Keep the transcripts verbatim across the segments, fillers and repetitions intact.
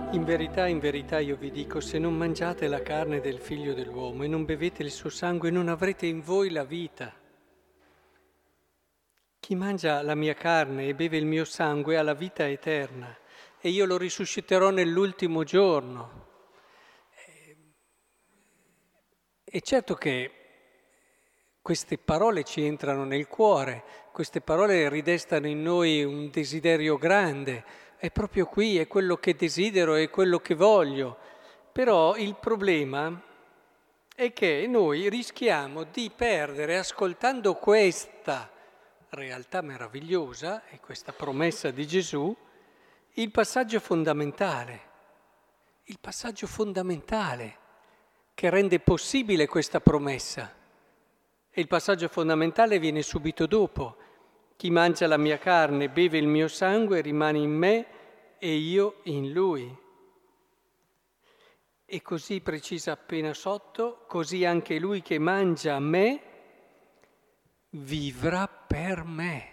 In verità, in verità io vi dico, se non mangiate la carne del Figlio dell'uomo e non bevete il suo sangue, non avrete in voi la vita. Chi mangia la mia carne e beve il mio sangue ha la vita eterna e io lo risusciterò nell'ultimo giorno. E certo che queste parole ci entrano nel cuore, queste parole ridestano in noi un desiderio grande. È proprio qui, è quello che desidero, è quello che voglio. Però il problema è che noi rischiamo di perdere, ascoltando questa realtà meravigliosa e questa promessa di Gesù, il passaggio fondamentale, il passaggio fondamentale che rende possibile questa promessa. E il passaggio fondamentale viene subito dopo. Chi mangia la mia carne, beve il mio sangue, rimane in me e io in lui. E così precisa appena sotto, così anche lui che mangia me vivrà per me.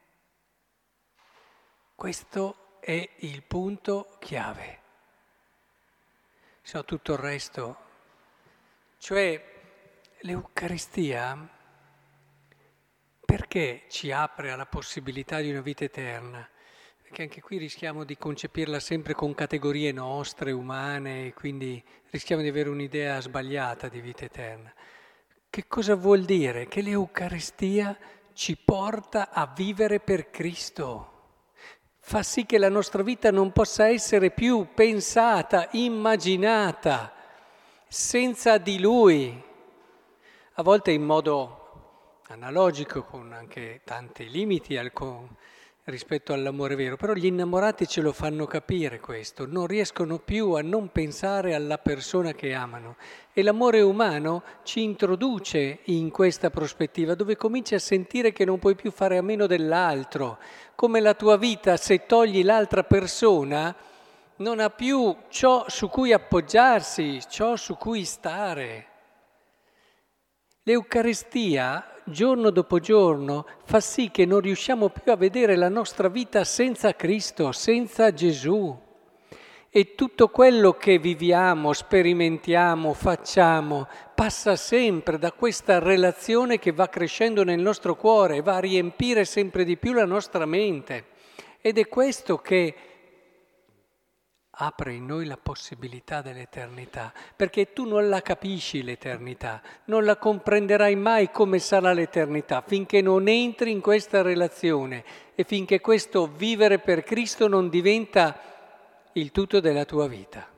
Questo è il punto chiave. Se no tutto il resto, cioè l'Eucaristia, perché ci apre alla possibilità di una vita eterna? Perché anche qui rischiamo di concepirla sempre con categorie nostre, umane, e quindi rischiamo di avere un'idea sbagliata di vita eterna. Che cosa vuol dire? Che l'Eucaristia ci porta a vivere per Cristo. Fa sì che la nostra vita non possa essere più pensata, immaginata, senza di Lui. A volte in modo analogico, con anche tanti limiti al, con, rispetto all'amore vero, però gli innamorati ce lo fanno capire questo, non riescono più a non pensare alla persona che amano e l'amore umano ci introduce in questa prospettiva dove cominci a sentire che non puoi più fare a meno dell'altro, come la tua vita se togli l'altra persona non ha più ciò su cui appoggiarsi, ciò su cui stare. L'Eucaristia, giorno dopo giorno, fa sì che non riusciamo più a vedere la nostra vita senza Cristo, senza Gesù. E tutto quello che viviamo, sperimentiamo, facciamo, passa sempre da questa relazione che va crescendo nel nostro cuore, va a riempire sempre di più la nostra mente. Ed è questo che apre in noi la possibilità dell'eternità, perché tu non la capisci l'eternità, non la comprenderai mai come sarà l'eternità, finché non entri in questa relazione e finché questo vivere per Cristo non diventa il tutto della tua vita.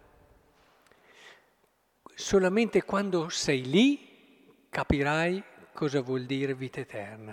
Solamente quando sei lì capirai cosa vuol dire vita eterna.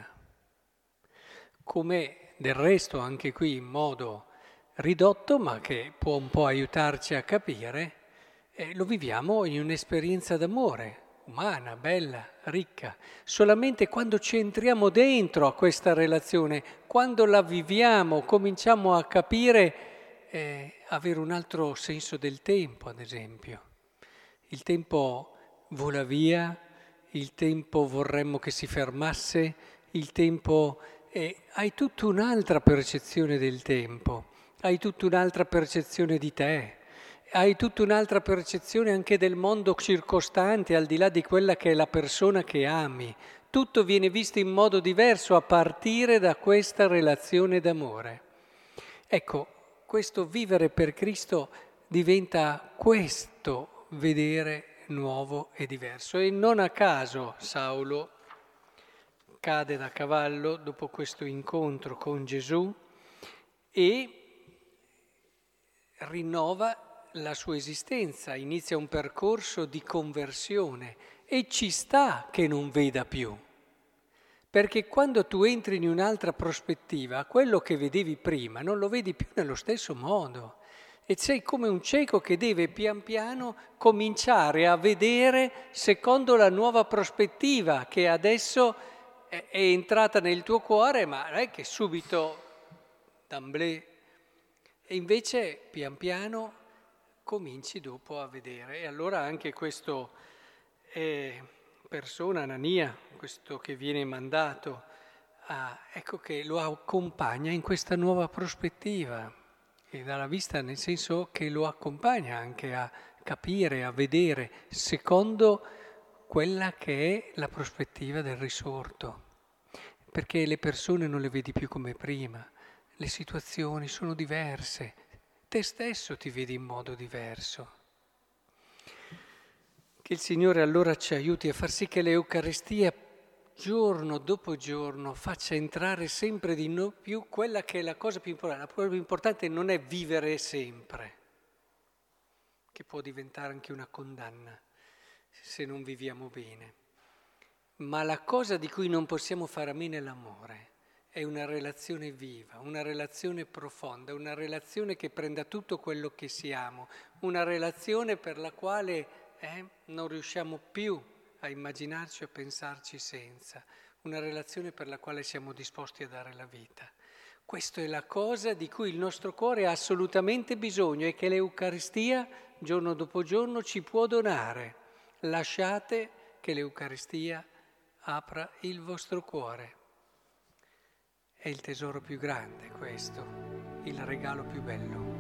Come del resto anche qui in modo ridotto, ma che può un po' aiutarci a capire, eh, lo viviamo in un'esperienza d'amore, umana, bella, ricca. Solamente quando ci entriamo dentro a questa relazione, quando la viviamo, cominciamo a capire, eh, avere un altro senso del tempo, ad esempio. Il tempo vola via, il tempo vorremmo che si fermasse, il tempo... eh, hai tutta un'altra percezione del tempo. Hai tutta un'altra percezione di te, hai tutta un'altra percezione anche del mondo circostante, al di là di quella che è la persona che ami. Tutto viene visto in modo diverso a partire da questa relazione d'amore. Ecco, questo vivere per Cristo diventa questo vedere nuovo e diverso. E non a caso Saulo cade da cavallo dopo questo incontro con Gesù e rinnova la sua esistenza, inizia un percorso di conversione e ci sta che non veda più, perché quando tu entri in un'altra prospettiva, quello che vedevi prima non lo vedi più nello stesso modo e sei come un cieco che deve pian piano cominciare a vedere secondo la nuova prospettiva che adesso è, è entrata nel tuo cuore, ma non è che subito d'amblè. E invece pian piano cominci dopo a vedere. E allora anche questo eh, persona, Anania, questo che viene mandato, a, ecco che lo accompagna in questa nuova prospettiva. che dà la vista nel senso che lo accompagna anche a capire, a vedere, secondo quella che è la prospettiva del risorto. Perché le persone non le vedi più come prima, le situazioni sono diverse, te stesso ti vedi in modo diverso. Che il Signore allora ci aiuti a far sì che l'Eucaristia giorno dopo giorno faccia entrare sempre di no più quella che è la cosa più importante. La cosa più importante non è vivere sempre, che può diventare anche una condanna se non viviamo bene. Ma la cosa di cui non possiamo fare a meno è l'amore. È una relazione viva, una relazione profonda, una relazione che prenda tutto quello che siamo, una relazione per la quale eh, non riusciamo più a immaginarci o a pensarci senza, una relazione per la quale siamo disposti a dare la vita. Questa è la cosa di cui il nostro cuore ha assolutamente bisogno e che l'Eucaristia giorno dopo giorno ci può donare. Lasciate che l'Eucaristia apra il vostro cuore. È il tesoro più grande questo, il regalo più bello.